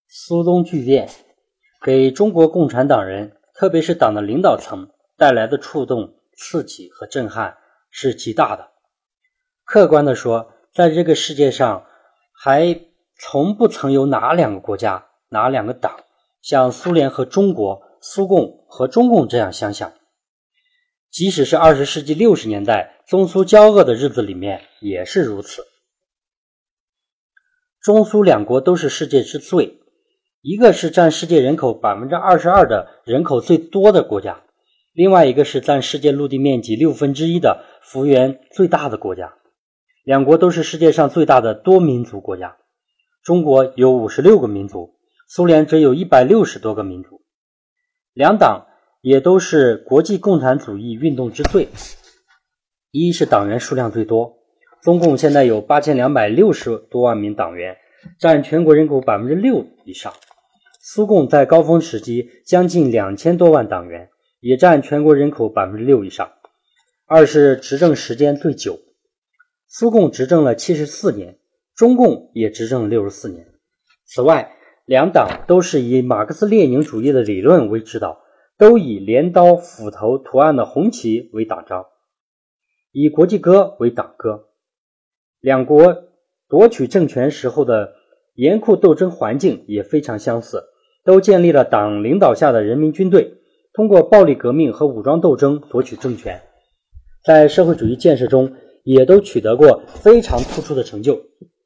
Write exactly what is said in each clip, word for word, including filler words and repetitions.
苏东剧变给中国共产党人，特别是党的领导层带来的触动、刺激和震撼是极大的。客观地说，在这个世界上还从不曾有哪两个国家、哪两个党像苏联和中国、苏共和中共这样相像。即使是二十世纪六十年代中苏交恶的日子里面也是如此。中苏两国都是世界之最，一个是占世界人口 百分之二十二 的人口最多的国家，另外一个是占世界陆地面积六分之一的幅员最大的国家。两国都是世界上最大的多民族国家，中国有五十六个民族，苏联则有一百六十多个民族。两党也都是国际共产主义运动之最，一是党员数量最多，中共现在有八千两百六十多万名党员，占全国人口 百分之六 以上。苏共在高峰时期将近两千多万党员，也占全国人口 百分之六 以上。二是执政时间最久，苏共执政了七十四年，中共也执政了六十四年。此外，两党都是以马克思列宁主义的理论为指导，都以镰刀斧头图案的红旗为党章，以国际歌为党歌。两国夺取政权时候的严酷斗争环境也非常相似，都建立了党领导下的人民军队，通过暴力革命和武装斗争夺取政权，在社会主义建设中也都取得过非常突出的成就。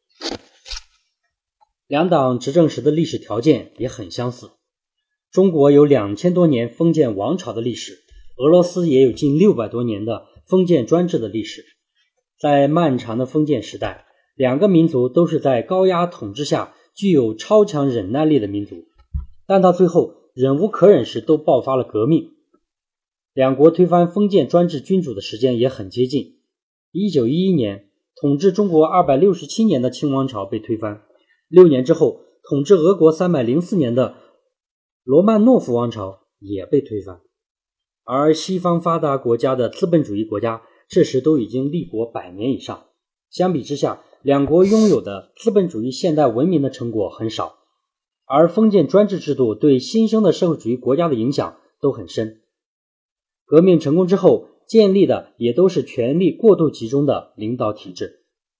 两党执政时的历史条件也很相似，中国有两千多年封建王朝的历史，俄罗斯也有近六百多年的封建专制的历史。在漫长的封建时代，两个民族都是在高压统治下具有超强忍耐力的民族，但到最后忍无可忍时都爆发了革命。两国推翻封建专制君主的时间也很接近，一九一一年统治中国二百六十七年的清王朝被推翻，六年之后统治俄国三百零四年的罗曼诺夫王朝也被推翻。而西方发达国家的资本主义国家这时都已经立国百年以上，相比之下，两国拥有的资本主义现代文明的成果很少，而封建专制制度对新生的社会主义国家的影响都很深。革命成功之后建立的也都是权力过度集中的领导体制。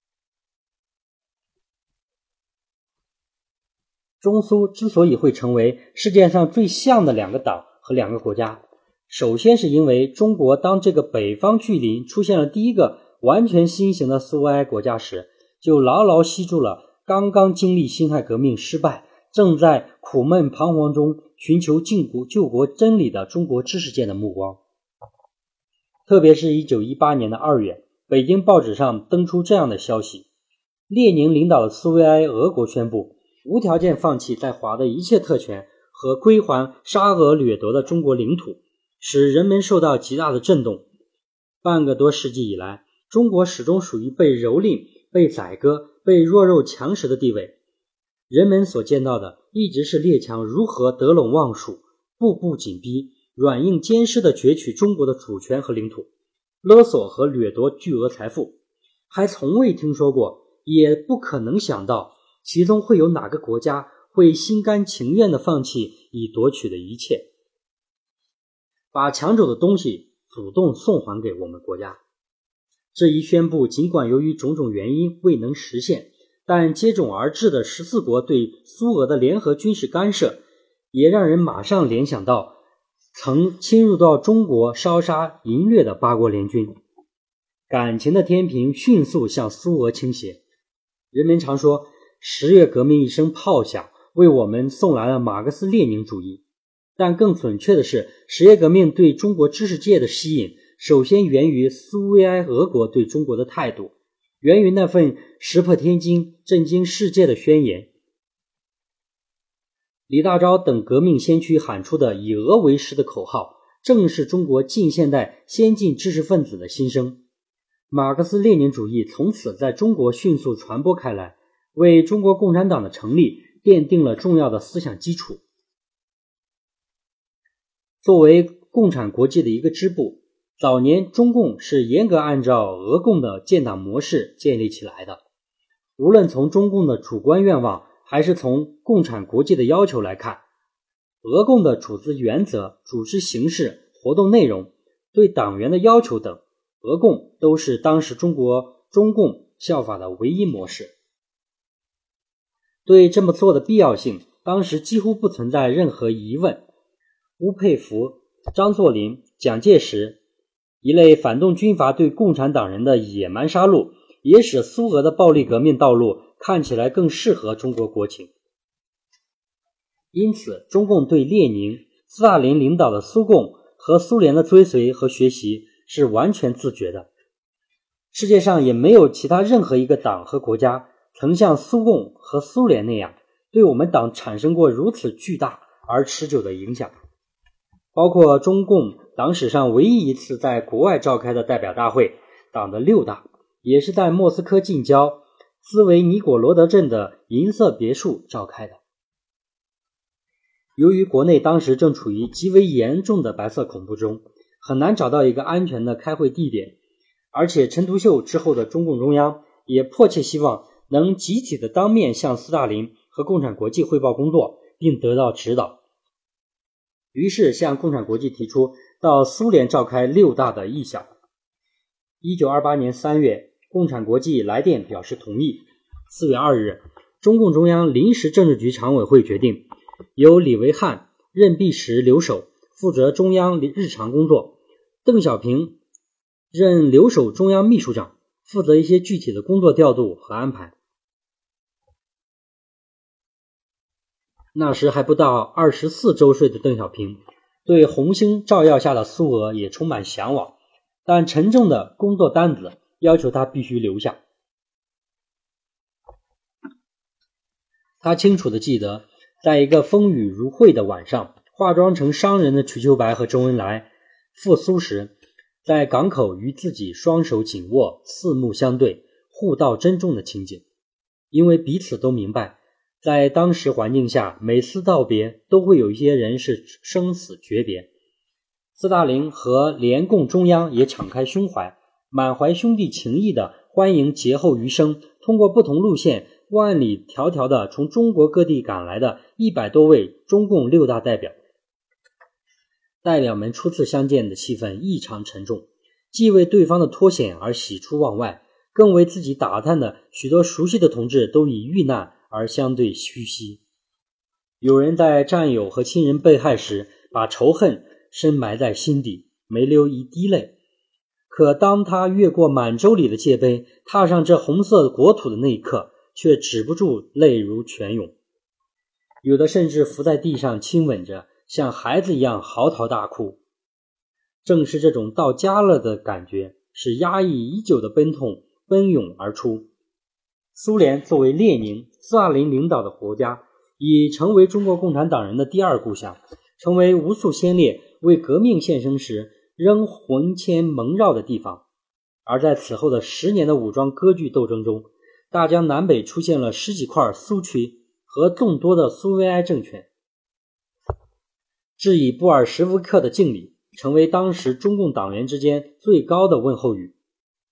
中苏之所以会成为世界上最像的两个党和两个国家，首先是因为中国当这个北方距邻出现了第一个完全新型的苏维埃国家时，就牢牢吸住了刚刚经历辛亥革命失败，正在苦闷彷徨中寻求救国救国真理的中国知识界的目光。特别是一九一八年的二月，北京报纸上登出这样的消息：列宁领导的苏维埃俄国宣布无条件放弃在华的一切特权和归还沙俄掠夺的中国领土，使人们受到极大的震动。半个多世纪以来，中国始终属于被蹂躏、被宰割、被弱肉强食的地位。人们所见到的一直是列强如何得陇望蜀，步步紧逼，软硬兼施地攫取中国的主权和领土，勒索和掠夺巨额财富，还从未听说过，也不可能想到其中会有哪个国家会心甘情愿地放弃已夺取的一切，把抢走的东西主动送还给我们国家。这一宣布尽管由于种种原因未能实现，但接踵而至的十四国对苏俄的联合军事干涉，也让人马上联想到曾侵入到中国烧杀淫掠的八国联军。感情的天平迅速向苏俄倾斜。人们常说，十月革命一声炮响，为我们送来了马克思列宁主义。但更准确的是，十月革命对中国知识界的吸引，首先源于苏维埃俄国对中国的态度，源于那份石破天惊、震惊世界的宣言。李大钊等革命先驱喊出的以俄为师的口号，正是中国近现代先进知识分子的心声。马克思列宁主义从此在中国迅速传播开来，为中国共产党的成立奠定了重要的思想基础。作为共产国际的一个支部，早年中共是严格按照俄共的建党模式建立起来的。无论从中共的主观愿望还是从共产国际的要求来看，俄共的组织原则、组织形式、活动内容、对党员的要求等，俄共都是当时中国中共效法的唯一模式。对这么做的必要性，当时几乎不存在任何疑问。乌佩孚、张作霖、蒋介石一类反动军阀对共产党人的野蛮杀戮，也使苏俄的暴力革命道路看起来更适合中国国情。因此，中共对列宁、斯大林领导的苏共和苏联的追随和学习是完全自觉的。世界上也没有其他任何一个党和国家曾像苏共和苏联那样对我们党产生过如此巨大而持久的影响。包括中共党史上唯一一次在国外召开的代表大会，党的六大，也是在莫斯科近郊兹维尼果罗德镇的银色别墅召开的。由于国内当时正处于极为严重的白色恐怖中，很难找到一个安全的开会地点，而且陈独秀之后的中共中央也迫切希望能集体的当面向斯大林和共产国际汇报工作，并得到指导。于是向共产国际提出到苏联召开六大的意向。一九二八年三月，共产国际来电表示同意。四月二日，中共中央临时政治局常委会决定，由李维汉、任弼时留守，负责中央日常工作，邓小平任留守中央秘书长，负责一些具体的工作调度和安排。那时还不到二十四周岁的邓小平，对红星照耀下的苏俄也充满向往，但沉重的工作担子要求他必须留下。他清楚地记得，在一个风雨如晦的晚上，化妆成商人的瞿秋白和周恩来赴苏时，在港口与自己双手紧握，四目相对，互道珍重的情景。因为彼此都明白，在当时环境下，每次道别都会有一些人是生死诀别。斯大林和联共中央也敞开胸怀，满怀兄弟情谊地欢迎劫后余生，通过不同路线万里迢迢地从中国各地赶来的一百多位中共六大代表。代表们初次相见的气氛异常沉重，既为对方的脱险而喜出望外，更为自己打探的许多熟悉的同志都已遇难而相对虚息。有人在战友和亲人被害时，把仇恨深埋在心底，没流一滴泪。可当他越过满洲里的界碑，踏上这红色国土的那一刻，却止不住泪如泉涌。有的甚至伏在地上亲吻着，像孩子一样嚎啕大哭。正是这种到家了的感觉，使压抑已久的悲痛奔涌而出。苏联作为列宁、斯大林领导的国家，已成为中国共产党人的第二故乡，成为无数先烈为革命献身时仍魂牵蒙绕的地方。而在此后的十年的武装割据斗争中，大江南北出现了十几块苏区和众多的苏维埃政权。致以布尔什维克的敬礼，成为当时中共党员之间最高的问候语。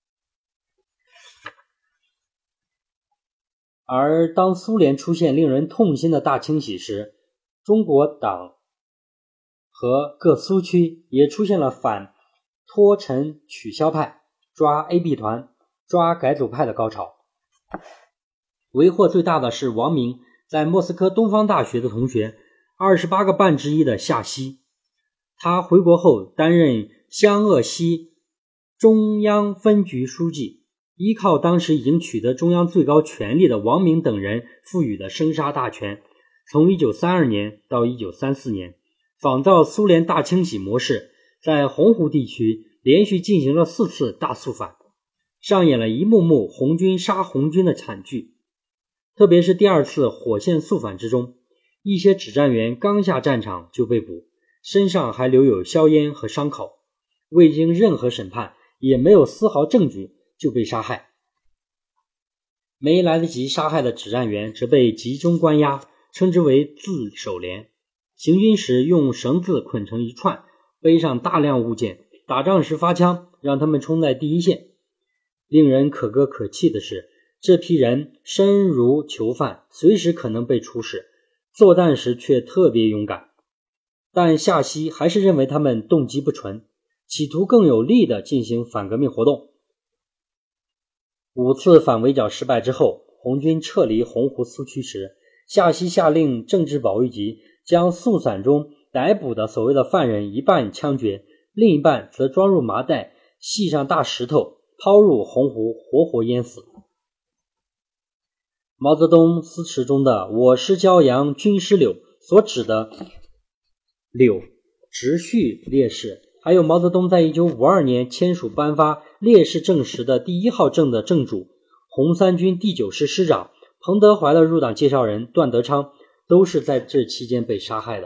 而当苏联出现令人痛心的大清洗时，中国党和各苏区也出现了反脱陈取消派、抓 A B 团、抓改组派的高潮。为祸最大的是王明在莫斯科东方大学的同学，二十八个半之一的夏曦。他回国后担任湘鄂西中央分局书记，依靠当时已经取得中央最高权力的王明等人赋予的生杀大权，从一九三二年到一九三四年，仿照苏联大清洗模式，在洪湖地区连续进行了四次大肃反，上演了一幕幕红军杀红军的惨剧。特别是第二次火线肃反之中，一些指战员刚下战场就被捕，身上还留有硝烟和伤口，未经任何审判，也没有丝毫证据就被杀害。没来得及杀害的指战员则被集中关押，称之为自首连。行军时用绳子捆成一串，背上大量物件，打仗时发枪，让他们冲在第一线。令人可歌可泣的是， 这批人身如囚犯，随时可能被处死，作战时却特别勇敢。但夏曦还是认为他们动机不纯，企图更有力地进行反革命活动。五次反围剿失败之后，红军撤离洪湖苏区时，夏曦下令政治保卫局将肃散中逮捕的所谓的犯人一半枪决，另一半则装入麻袋，系上大石头，抛入洪湖，活活淹死。毛泽东诗词中的我师骄阳军师柳所指的柳直叙烈士，还有毛泽东在一九五二年签署颁发烈士证时的第一号证的证主，红三军第九师师长彭德怀的入党介绍人段德昌，都是在这期间被杀害的。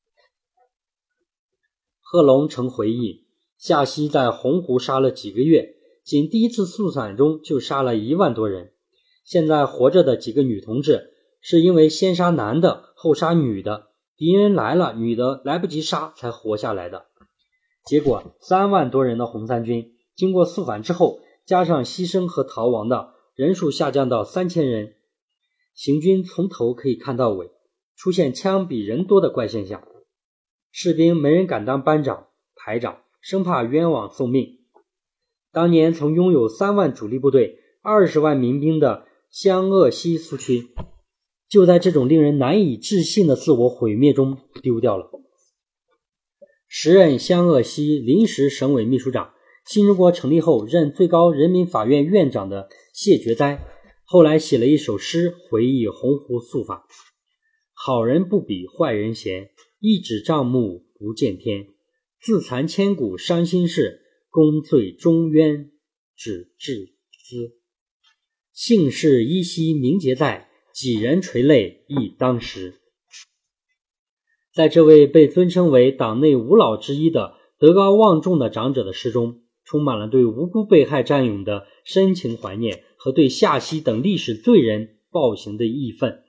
贺龙曾回忆，夏曦在洪湖杀了几个月，仅第一次肃散中就杀了一万多人。现在活着的几个女同志，是因为先杀男的，后杀女的，敌人来了，女的来不及杀才活下来的。结果三万多人的红三军经过肃反之后，加上牺牲和逃亡的人数下降到三千人，行军从头可以看到尾，出现枪比人多的怪现象。士兵没人敢当班长排长，生怕冤枉送命。当年曾拥有三万主力部队二十万民兵的湘鄂西苏区，就在这种令人难以置信的自我毁灭中丢掉了。时任湘鄂西临时省委秘书长，新中国成立后任最高人民法院院长的谢觉哉，后来写了一首诗回忆洪湖肃反：好人不比坏人闲，一指障目不见天，自残千古伤心事，公罪终冤只治资。姓氏依稀名节在，几人垂泪忆当时。在这位被尊称为党内五老之一的德高望重的长者的诗中，充满了对无辜被害战友的深情怀念和对夏曦等历史罪人暴行的义愤。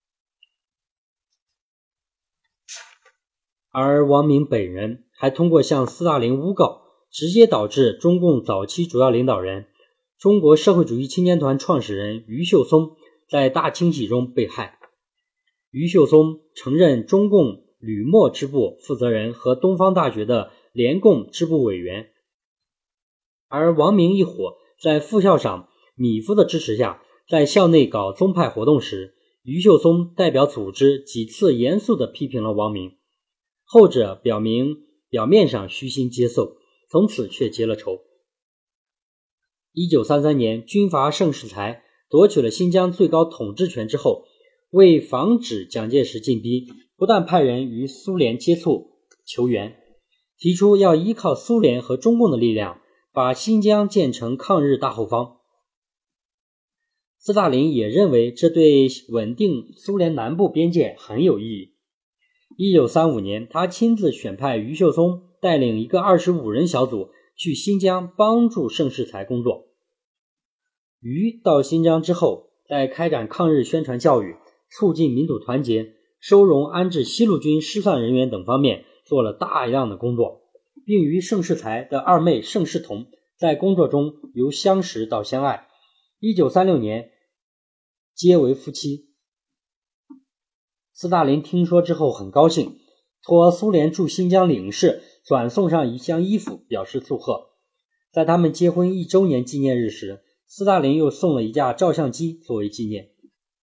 而王明本人还通过向斯大林诬告，直接导致中共早期主要领导人中国社会主义青年团创始人余秀松在大清洗中被害。余秀松曾任中共旅墨支部负责人和东方大学的联共支部委员。而王明一伙在副校长米夫的支持下，在校内搞宗派活动时，余秀松代表组织几次严肃地批评了王明，后者表明表面上虚心接受，从此却结了仇。一九三三年，军阀盛世才夺取了新疆最高统治权之后，为防止蒋介石进逼，不但派人与苏联接触求援，提出要依靠苏联和中共的力量，把新疆建成抗日大后方。斯大林也认为这对稳定苏联南部边界很有意义。一九三五年，他亲自选派余秀松带领一个二十五人小组去新疆帮助盛世才工作。余到新疆之后，在开展抗日宣传教育、促进民主团结、收容安置西路军失散人员等方面做了大量的工作，并与盛世才的二妹盛世彤在工作中由相识到相爱，一九三六年结为夫妻。斯大林听说之后很高兴，托苏联驻新疆领事转送上一箱衣服表示祝贺。在他们结婚一周年纪念日时，斯大林又送了一架照相机作为纪念。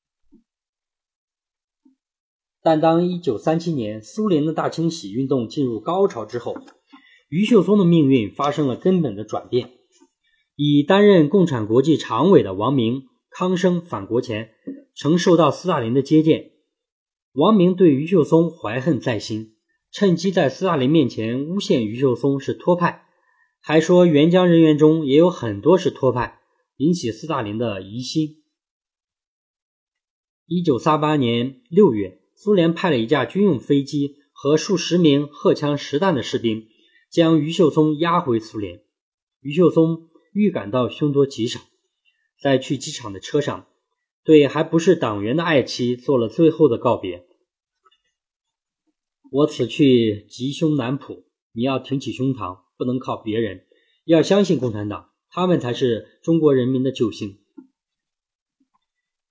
但当一九三七年苏联的大清洗运动进入高潮之后，余秀松的命运发生了根本的转变。已担任共产国际常委的王明、康生返国前，曾受到斯大林的接见。王明对余秀松怀恨在心，趁机在斯大林面前诬陷余秀松是托派，还说援疆人员中也有很多是托派，引起斯大林的疑心。一九三八年六月，苏联派了一架军用飞机和数十名荷枪实弹的士兵，将余秀松押回苏联。余秀松预感到凶多吉少，在去机场的车上，对还不是党员的爱妻做了最后的告别。我此去吉凶难卜，你要挺起胸膛，不能靠别人，要相信共产党，他们才是中国人民的救星。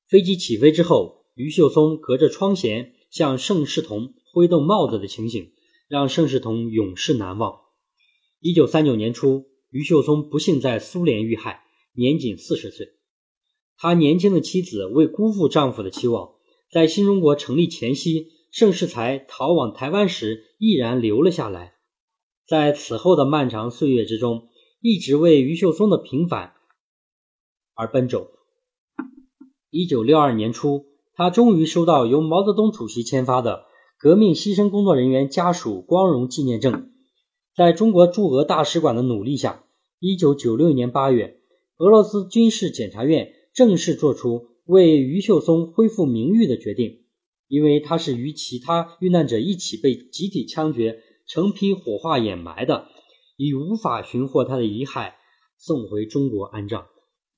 飞机起飞之后，余秀松隔着窗舷向盛世同挥动帽子的情形，让盛世同永世难忘。一九三九年初，余秀松不幸在苏联遇害，年仅四十岁。他年轻的妻子为辜负丈夫的期望，在新中国成立前夕，盛世才逃往台湾时毅然留了下来。在此后的漫长岁月之中，一直为余秀松的平反而奔走。一九六二年初，他终于收到由毛泽东主席签发的革命牺牲工作人员家属光荣纪念证。在中国驻俄大使馆的努力下，一九九六年八月，俄罗斯军事检察院正式作出为余秀松恢复名誉的决定，因为他是与其他遇难者一起被集体枪决、成批火化掩埋的，已无法寻获他的遗骸，送回中国安葬。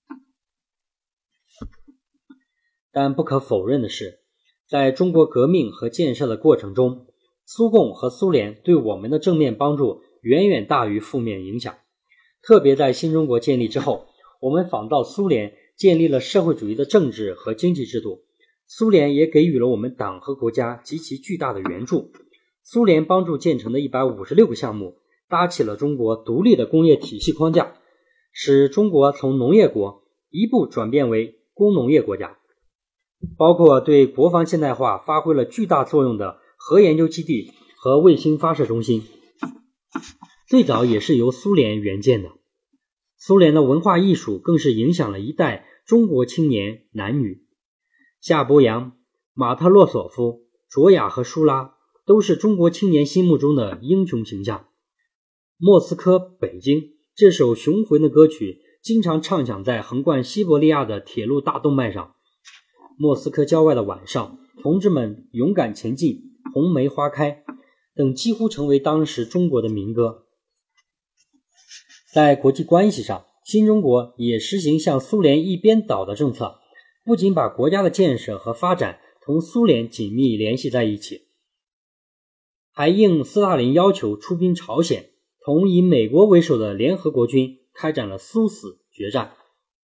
但不可否认的是，在中国革命和建设的过程中，苏共和苏联对我们的正面帮助远远大于负面影响。特别在新中国建立之后，我们仿照苏联建立了社会主义的政治和经济制度，苏联也给予了我们党和国家极其巨大的援助。苏联帮助建成的一百五十六个项目，搭起了中国独立的工业体系框架，使中国从农业国一步转变为工农业国家。包括对国防现代化发挥了巨大作用的核研究基地和卫星发射中心，最早也是由苏联援建的。苏联的文化艺术更是影响了一代中国青年男女。夏伯阳、马特洛索夫、卓雅和舒拉都是中国青年心目中的英雄形象。莫斯科、北京这首雄浑的歌曲经常唱响在横贯西伯利亚的铁路大动脉上。莫斯科郊外的晚上，同志们勇敢前进，红梅花开等几乎成为当时中国的民歌。在国际关系上，新中国也实行向苏联一边倒的政策，不仅把国家的建设和发展同苏联紧密联系在一起，还应斯大林要求出兵朝鲜，同以美国为首的联合国军开展了殊死决战。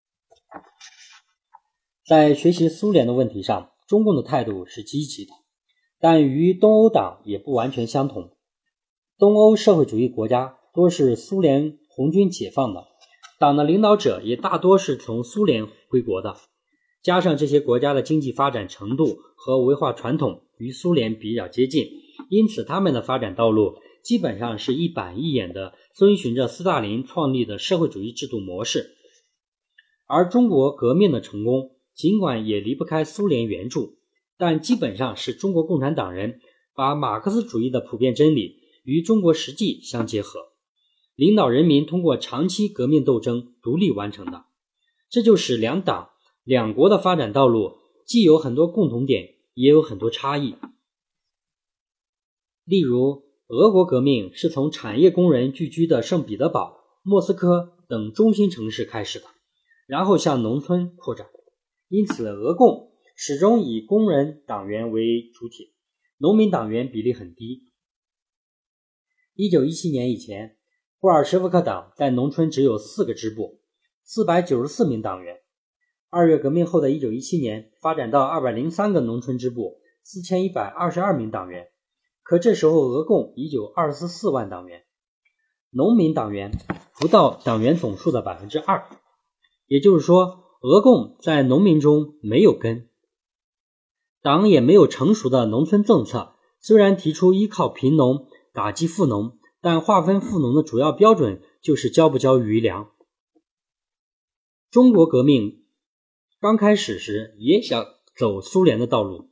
在学习苏联的问题上，中共的态度是积极的，但与东欧党也不完全相同。东欧社会主义国家多是苏联红军解放的，党的领导者也大多是从苏联归国的，加上这些国家的经济发展程度和文化传统与苏联比较接近，因此他们的发展道路基本上是一板一眼的遵循着斯大林创立的社会主义制度模式。而中国革命的成功尽管也离不开苏联援助，但基本上是中国共产党人把马克思主义的普遍真理与中国实际相结合，领导人民通过长期革命斗争独立完成的。这就使两党两国的发展道路既有很多共同点，也有很多差异。例如，俄国革命是从产业工人聚居的圣彼得堡、莫斯科等中心城市开始的，然后向农村扩展。因此俄共始终以工人党员为主体，农民党员比例很低。一九一七年以前，布尔什维克党在农村只有四个支部，四百九十四名党员。二月革命后的一九一七年发展到二百零三个农村支部，四千一百二十二名党员。可这时候俄共已有二十四万党员，农民党员不到党员总数的 百分之二， 也就是说俄共在农民中没有根。党也没有成熟的农村政策，虽然提出依靠贫农打击富农，但划分富农的主要标准就是交不交余粮。中国革命刚开始时也想走苏联的道路。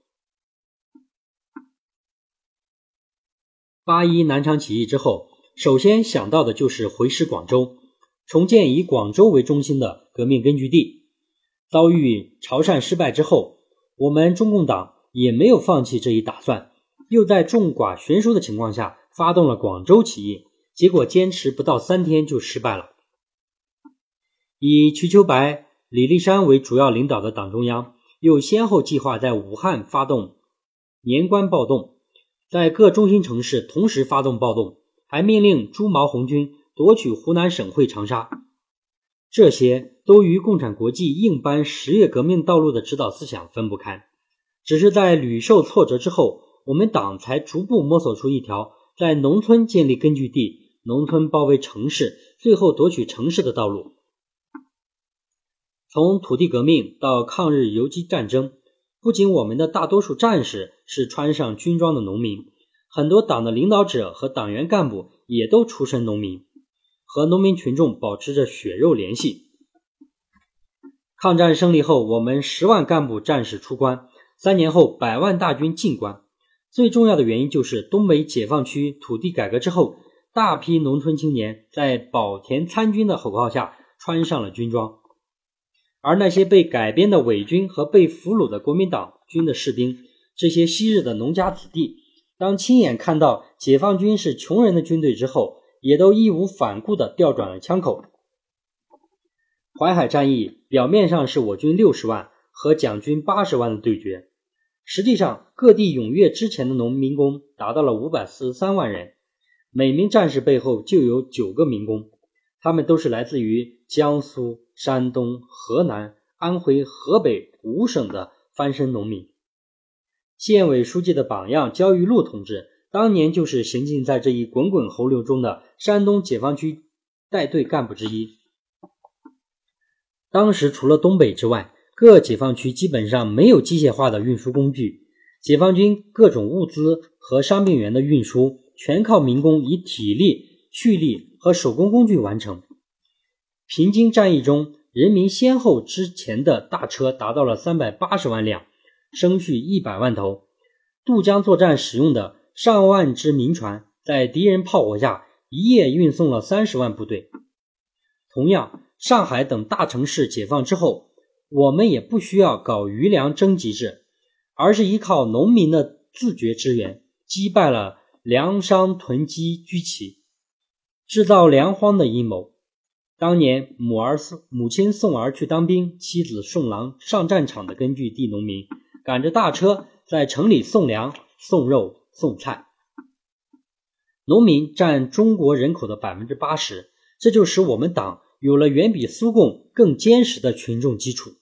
八一南昌起义之后，首先想到的就是回师广州，重建以广州为中心的革命根据地。遭遇潮汕失败之后，我们中共党也没有放弃这一打算，又在众寡悬殊的情况下发动了广州起义，结果坚持不到三天就失败了。以瞿秋白、李立山为主要领导的党中央又先后计划在武汉发动年关暴动，在各中心城市同时发动暴动，还命令朱毛红军夺取湖南省会长沙。 这些都与共产国际硬搬十月革命道路的指导思想分不开。只是在屡受挫折之后，我们党才逐步摸索出一条在农村建立根据地，农村包围城市，最后夺取城市的道路。从土地革命到抗日游击战争，不仅我们的大多数战士是穿上军装的农民，很多党的领导者和党员干部也都出身农民，和农民群众保持着血肉联系。抗战胜利后，我们十万干部战士出关，三年后百万大军进关。最重要的原因就是东北解放区土地改革之后，大批农村青年在保田参军的口号下穿上了军装，而那些被改编的伪军和被俘虏的国民党军的士兵，这些昔日的农家子弟，当亲眼看到解放军是穷人的军队之后，也都义无反顾地调转了枪口。淮海战役表面上是我军六十万和蒋军八十万的对决，实际上各地踊跃之前的农民工达到了五百四十三万人，每名战士背后就有九个民工，他们都是来自于江苏、山东、河南、安徽、河北五省的翻身农民。县委书记的榜样焦裕禄同志当年就是行进在这一滚滚洪流中的山东解放区带队干部之一。当时除了东北之外，各解放区基本上没有机械化的运输工具，解放军各种物资和伤病员的运输全靠民工以体力、蓄力和手工工具完成。平津战役中，人民先后之前的大车达到了三百八十万辆，生畜一百万头。渡江作战使用的上万只民船，在敌人炮火下一夜运送了三十万部队。同样，上海等大城市解放之后，我们也不需要搞余粮征集制，而是依靠农民的自觉支援，击败了粮商囤积居奇、制造粮荒的阴谋。当年母儿母亲送儿去当兵，妻子送郎上战场的根据地农民，赶着大车在城里送粮、送肉、送菜。农民占中国人口的 百分之八十， 这就使我们党有了远比苏共更坚实的群众基础。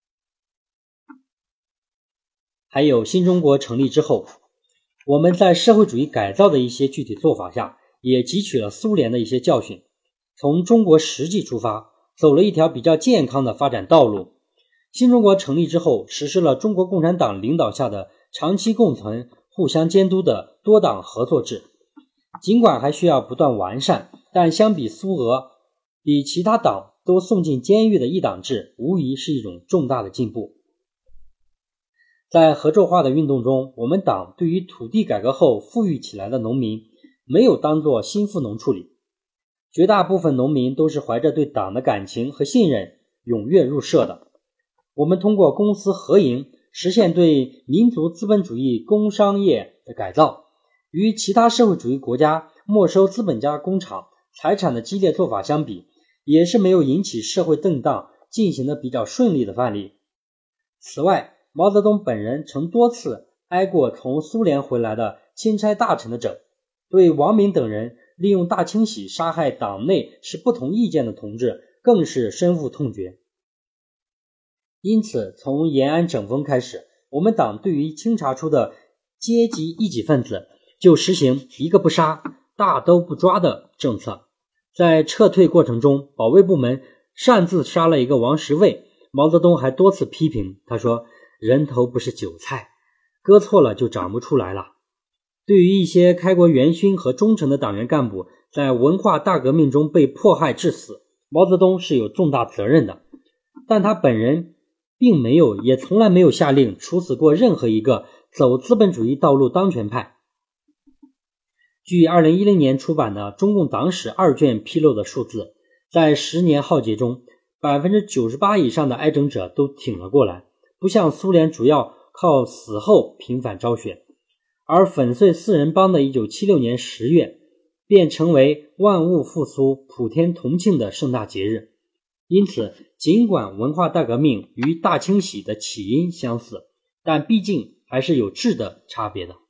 还有新中国成立之后，我们在社会主义改造的一些具体做法下，也汲取了苏联的一些教训，从中国实际出发，走了一条比较健康的发展道路。新中国成立之后，实施了中国共产党领导下的长期共存、互相监督的多党合作制。尽管还需要不断完善，但相比苏俄，比其他党都送进监狱的一党制，无疑是一种重大的进步。在合作化的运动中，我们党对于土地改革后富裕起来的农民，没有当作新富农处理。绝大部分农民都是怀着对党的感情和信任踊跃入社的。我们通过公私合营，实现对民族资本主义工商业的改造。与其他社会主义国家没收资本家工厂财产的激烈做法相比，也是没有引起社会动荡，进行的比较顺利的范例。此外，毛泽东本人曾多次挨过从苏联回来的钦差大臣的整，对王明等人利用大清洗杀害党内持不同意见的同志更是深恶痛绝。因此，从延安整风开始，我们党对于清查出的阶级异己分子就实行一个不杀、大都不抓的政策。在撤退过程中，保卫部门擅自杀了一个王十卫，毛泽东还多次批评，他说：“人头不是韭菜，割错了就长不出来了。”对于一些开国元勋和忠诚的党员干部在文化大革命中被迫害致死，毛泽东是有重大责任的，但他本人并没有，也从来没有下令处死过任何一个走资本主义道路当权派。据二零一零年出版的《中共党史》二卷披露的数字，在十年浩劫中 百分之九十八 以上的挨整者都挺了过来，不像苏联主要靠死后频繁昭雪。而粉碎四人帮的一九七六年十月便成为万物复苏、普天同庆的盛大节日。因此，尽管文化大革命与大清洗的起因相似，但毕竟还是有质的差别的。